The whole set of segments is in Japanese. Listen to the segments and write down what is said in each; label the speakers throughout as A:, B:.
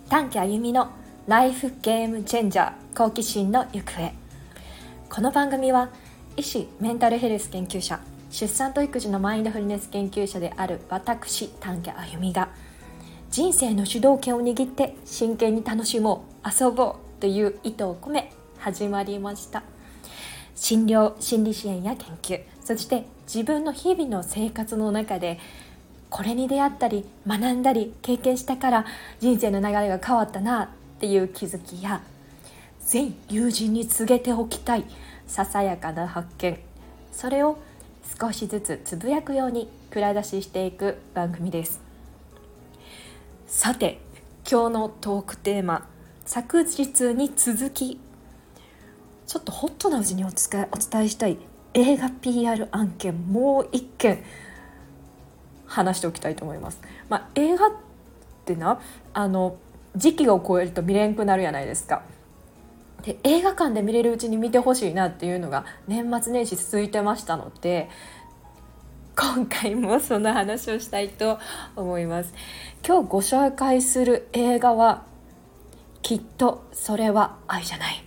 A: 短期あゆみのライフゲームチェンジャー好奇心の行方。この番組は医師・メンタルヘルス研究者、出産と育児のマインドフルネス研究者である私短期あゆみが人生の主導権を握って真剣に楽しもう、遊ぼうという意図を込め始まりました。診療・心理支援や研究、そして自分の日々の生活の中でこれに出会ったり学んだり経験したから人生の流れが変わったなっていう気づきや、全友人に告げておきたいささやかな発見、それを少しずつつぶやくように蔵出ししていく番組です。さて、今日のトークテーマ、昨日に続きちょっとホットなうちにお伝えしたい映画 PR 案件、もう一件話しておきたいと思います。映画ってな、時期を超えると見れんくなるじゃないですか。で、映画館で見れるうちに見てほしいなっていうのが年末年始続いてましたので、今回もその話をしたいと思います。今日ご紹介する映画は、きっとそれは愛じゃない。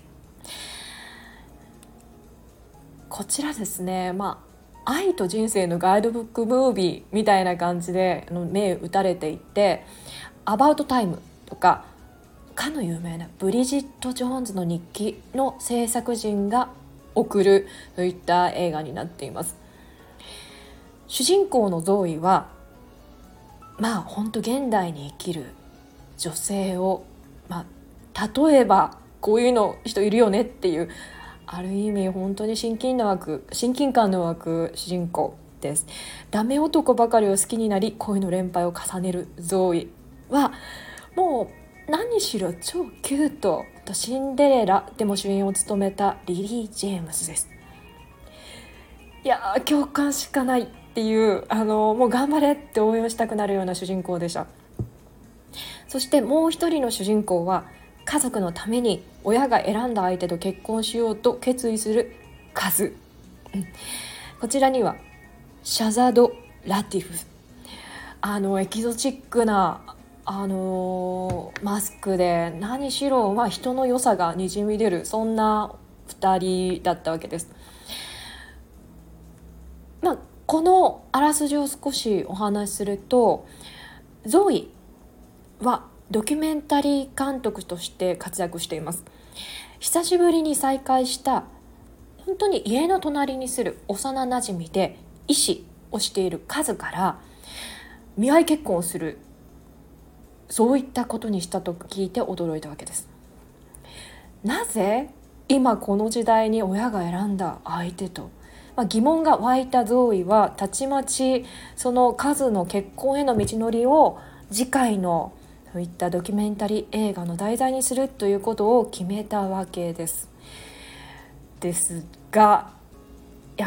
A: こちらですね、愛と人生のガイドブックムービーみたいな感じで銘打たれていて、アバウトタイムとかかの有名なブリジット・ジョーンズの日記の制作陣が送るといった映画になっています。主人公のゾーイは本当現代に生きる女性を、例えばこういうの人いるよねっていう、ある意味本当に親近感の湧く主人公です。ダメ男ばかりを好きになり恋の連敗を重ねるゾーイは、もう何しろ超キュートとシンデレラでも主演を務めたリリー・ジェームスです。いやー、共感しかないっていう、もう頑張れって応援したくなるような主人公でした。そしてもう一人の主人公は、家族のために親が選んだ相手と結婚しようと決意するカズ。こちらにはシャザド・ラティフ、エキゾチックなマスクで何しろ、人の良さがにじみ出る、そんな2人だったわけです。このあらすじを少しお話しすると、ゾーイはドキュメンタリー監督として活躍しています。久しぶりに再会した本当に家の隣に住む幼なじみで医師をしているカズから見合い結婚をする、そういったことにしたと聞いて驚いたわけです。なぜ今この時代に親が選んだ相手と、疑問が湧いたゾーイはたちまちそのカズの結婚への道のりを次回のそういったドキュメンタリー映画の題材にするということを決めたわけです。ですが、ち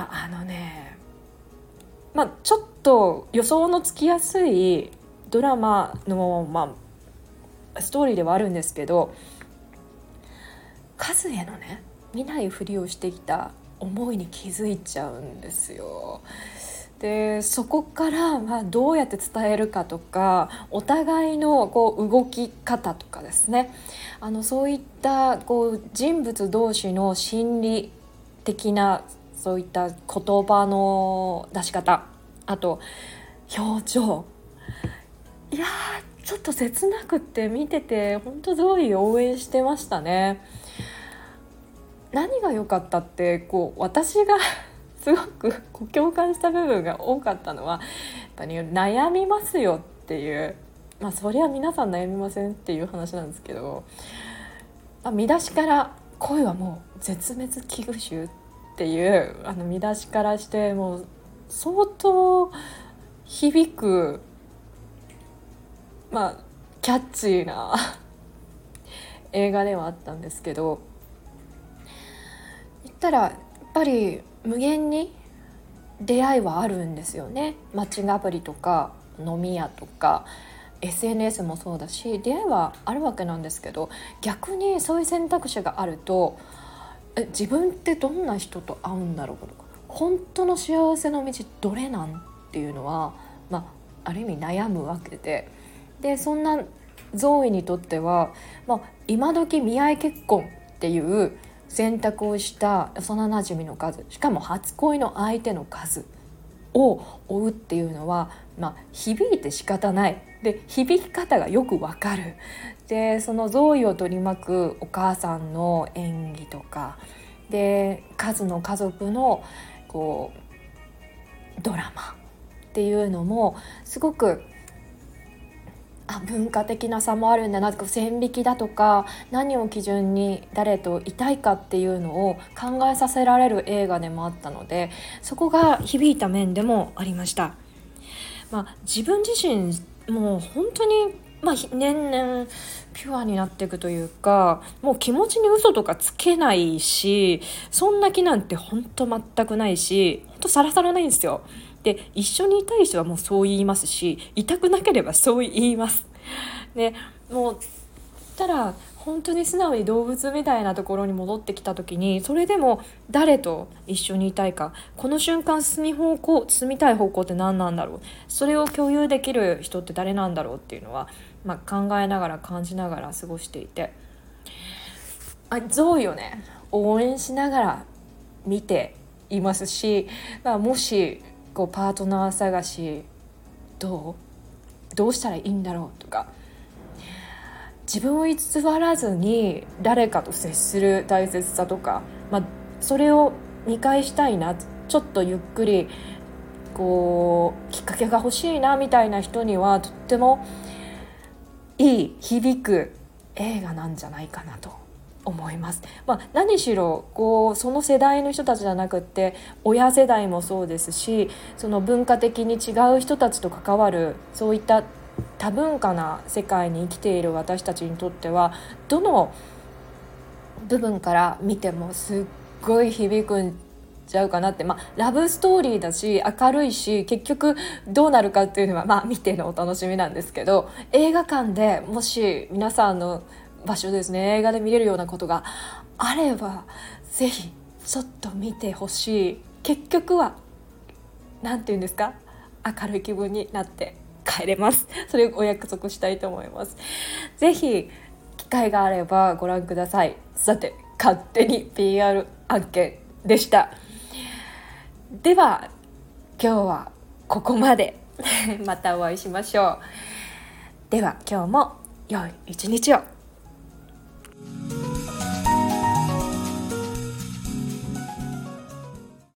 A: ょっと予想のつきやすいドラマの、ストーリーではあるんですけど、カズへの見ないふりをしてきた思いに気づいちゃうんですよ。で、そこからどうやって伝えるかとか、お互いの動き方とかですね、そういった人物同士の心理的なそういった言葉の出し方、あと表情、いやー、ちょっと切なくって見てて本当ゾーイ応援してましたね。何が良かったって、私がすごく共感した部分が多かったのは、やっぱり悩みますよっていう、そりゃ皆さん悩みませんっていう話なんですけど、見出しから恋はもう絶滅危惧種っていう見出しからして、もう相当響く、キャッチーな映画ではあったんですけど、言ったらやっぱり無限に出会いはあるんですよね。マッチングアプリとか飲み屋とか SNS もそうだし、出会いはあるわけなんですけど、逆にそういう選択肢があると、自分ってどんな人と会うんだろうとか、本当の幸せの道どれなんっていうのは、ある意味悩むわけで、そんなゾーイにとっては、今時見合い結婚っていう選択をした幼なじみの数、しかも初恋の相手の数を追うっていうのは、響いて仕方ない。で、響き方がよくわかる。で、そのゾーイを取り巻くお母さんの演技とかで、数の家族のこうドラマっていうのもすごく文化的な差もあるんだなとか、線引きだとか何を基準に誰といたいかっていうのを考えさせられる映画でもあったので、そこが響いた面でもありました。自分自身もう本当に、年々ピュアになっていくというか、もう気持ちに嘘とかつけないし、そんな気なんて本当全くないし、本当さらさらないんですよ。で、一緒にいたい人はもうそう言いますし、いたくなければそう言います。で、もうただ本当に素直に動物みたいなところに戻ってきた時に、それでも誰と一緒にいたいか、この瞬間進みたい方向って何なんだろう、それを共有できる人って誰なんだろうっていうのは、考えながら感じながら過ごしていて、ゾーイをね応援しながら見ていますし、もしパートナー探しどうしたらいいんだろうとか、自分を偽らずに誰かと接する大切さとか、それを見返したいな、ちょっとゆっくりきっかけが欲しいなみたいな人にはとってもいい響く映画なんじゃないかなと思います。何しろその世代の人たちじゃなくって親世代もそうですし、その文化的に違う人たちと関わる、そういった多文化な世界に生きている私たちにとっては、どの部分から見てもすっごい響くんちゃうかなって。ラブストーリーだし明るいし、結局どうなるかっていうのは見てのお楽しみなんですけど、映画館でもし皆さんの場所ですね、映画で見れるようなことがあればぜひちょっと見てほしい。結局はなんていうんですか、明るい気分になって帰れます。それをお約束したいと思います。ぜひ機会があればご覧ください。さて、勝手に PR 案件でした。では今日はここまで。またお会いしましょう。では今日も良い一日を。